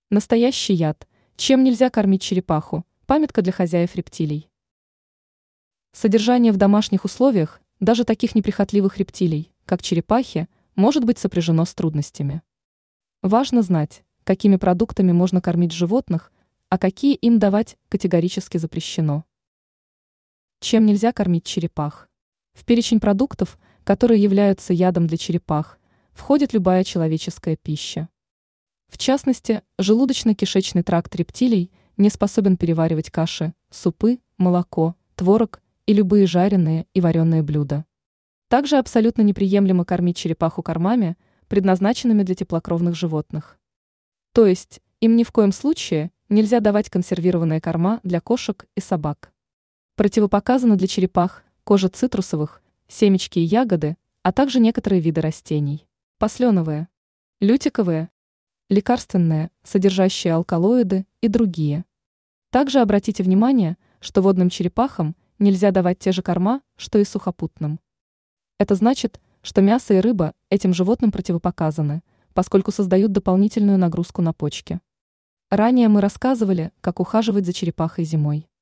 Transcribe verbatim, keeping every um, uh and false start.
Настоящий яд. Чем нельзя кормить черепаху? Памятка для хозяев рептилий. Содержание в домашних условиях даже таких неприхотливых рептилий, как черепахи, может быть сопряжено с трудностями. Важно знать, какими продуктами можно кормить животных, а какие им давать категорически запрещено. Чем нельзя кормить черепах? В перечень продуктов, которые являются ядом для черепах, входит любая человеческая пища. В частности, желудочно-кишечный тракт рептилий не способен переваривать каши, супы, молоко, творог и любые жареные и вареные блюда. Также абсолютно неприемлемо кормить черепаху кормами, предназначенными для теплокровных животных. То есть, им ни в коем случае нельзя давать консервированные корма для кошек и собак. Противопоказано для черепах кожа цитрусовых, семечки и ягоды, а также некоторые виды растений. Посленовые, лютиковые, лекарственные, содержащие алкалоиды и другие. Также обратите внимание, что водным черепахам нельзя давать те же корма, что и сухопутным. Это значит, что мясо и рыба этим животным противопоказаны, поскольку создают дополнительную нагрузку на почки. Ранее мы рассказывали, как ухаживать за черепахой зимой.